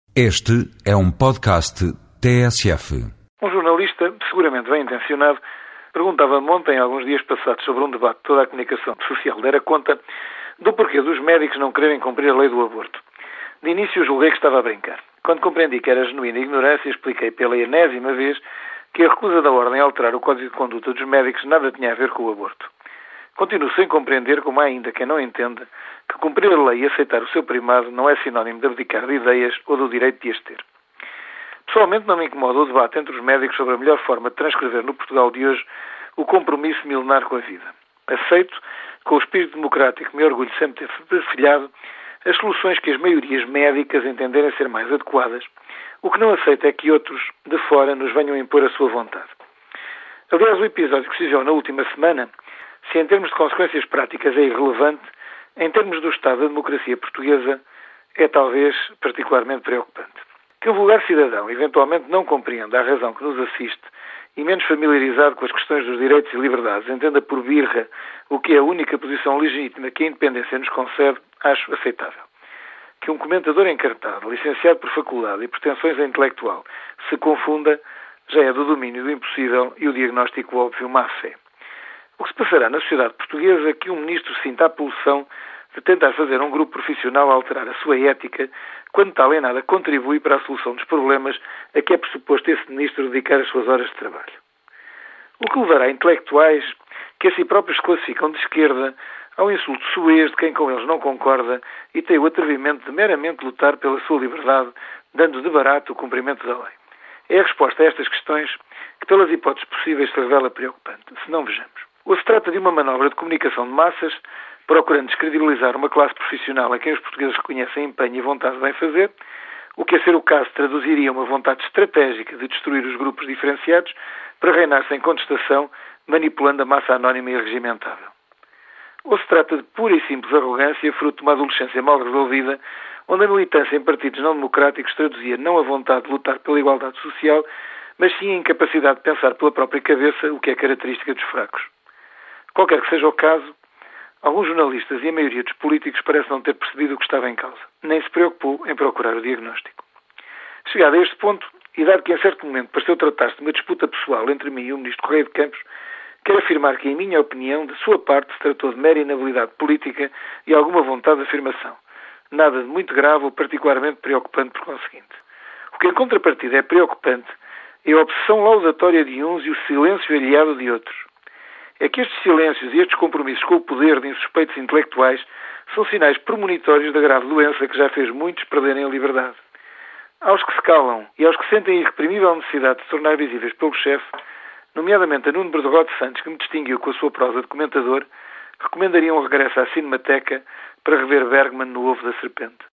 Este é um podcast TSF. Um jornalista, seguramente bem intencionado, perguntava-me ontem, alguns dias passados, sobre um debate que toda a comunicação social dera conta do porquê dos médicos não quererem cumprir a lei do aborto. De início julguei que estava a brincar. Quando compreendi que era genuína ignorância, expliquei pela enésima vez que a recusa da ordem a alterar o código de conduta dos médicos nada tinha a ver com o aborto. Continuo sem compreender como há ainda quem não entenda que cumprir a lei e aceitar o seu primado não é sinónimo de abdicar de ideias ou do direito de as ter. Pessoalmente não me incomoda o debate entre os médicos sobre a melhor forma de transcrever no Portugal de hoje o compromisso milenar com a vida. Aceito, com o espírito democrático que me orgulho sempre ter perfilhado, as soluções que as maiorias médicas entenderem ser mais adequadas. O que não aceito é que outros, de fora, nos venham impor a sua vontade. Aliás, o episódio que se viu na última semana, se em termos de consequências práticas é irrelevante, em termos do estado da democracia portuguesa, é talvez particularmente preocupante. Que o vulgar cidadão eventualmente não compreenda a razão que nos assiste e menos familiarizado com as questões dos direitos e liberdades entenda por birra o que é a única posição legítima que a independência nos concede, acho aceitável. Que um comentador encartado, licenciado por faculdade e pretensões a intelectual, se confunda, já é do domínio do impossível e o diagnóstico óbvio má fé. O que se passará na sociedade portuguesa é que um ministro sinta a pulsão de tentar fazer um grupo profissional alterar a sua ética, quando tal em nada contribui para a solução dos problemas a que é pressuposto esse ministro dedicar as suas horas de trabalho. O que levará intelectuais que a si próprios se classificam de esquerda ao insulto soez de quem com eles não concorda e tem o atrevimento de meramente lutar pela sua liberdade, dando de barato o cumprimento da lei. É a resposta a estas questões que, pelas hipóteses possíveis, se revela preocupante. Se não, vejamos. Ou se trata de uma manobra de comunicação de massas, procurando descredibilizar uma classe profissional a quem os portugueses reconhecem empenho e vontade de bem fazer, o que, a ser o caso, traduziria uma vontade estratégica de destruir os grupos diferenciados para reinar sem contestação, manipulando a massa anónima e regimentável. Ou se trata de pura e simples arrogância, fruto de uma adolescência mal resolvida, onde a militância em partidos não democráticos traduzia não a vontade de lutar pela igualdade social, mas sim a incapacidade de pensar pela própria cabeça, o que é característica dos fracos. Qualquer que seja o caso, alguns jornalistas e a maioria dos políticos parece não ter percebido o que estava em causa, nem se preocupou em procurar o diagnóstico. Chegado a este ponto, e dado que em certo momento pareceu tratar-se de uma disputa pessoal entre mim e o ministro Correia de Campos, quero afirmar que, em minha opinião, de sua parte se tratou de mera inabilidade política e alguma vontade de afirmação. Nada de muito grave ou particularmente preocupante por conseguinte. O que em contrapartida é preocupante é a obsessão laudatória de uns e o silêncio alheado de outros. É que estes silêncios e estes compromissos com o poder de insuspeitos intelectuais são sinais premonitórios da grave doença que já fez muitos perderem a liberdade. Aos que se calam e aos que sentem a irreprimível necessidade de se tornar visíveis pelo chefe, nomeadamente a Nuno Berdegote Santos, que me distinguiu com a sua prosa de comentador, recomendaria um regresso à Cinemateca para rever Bergman no Ovo da Serpente.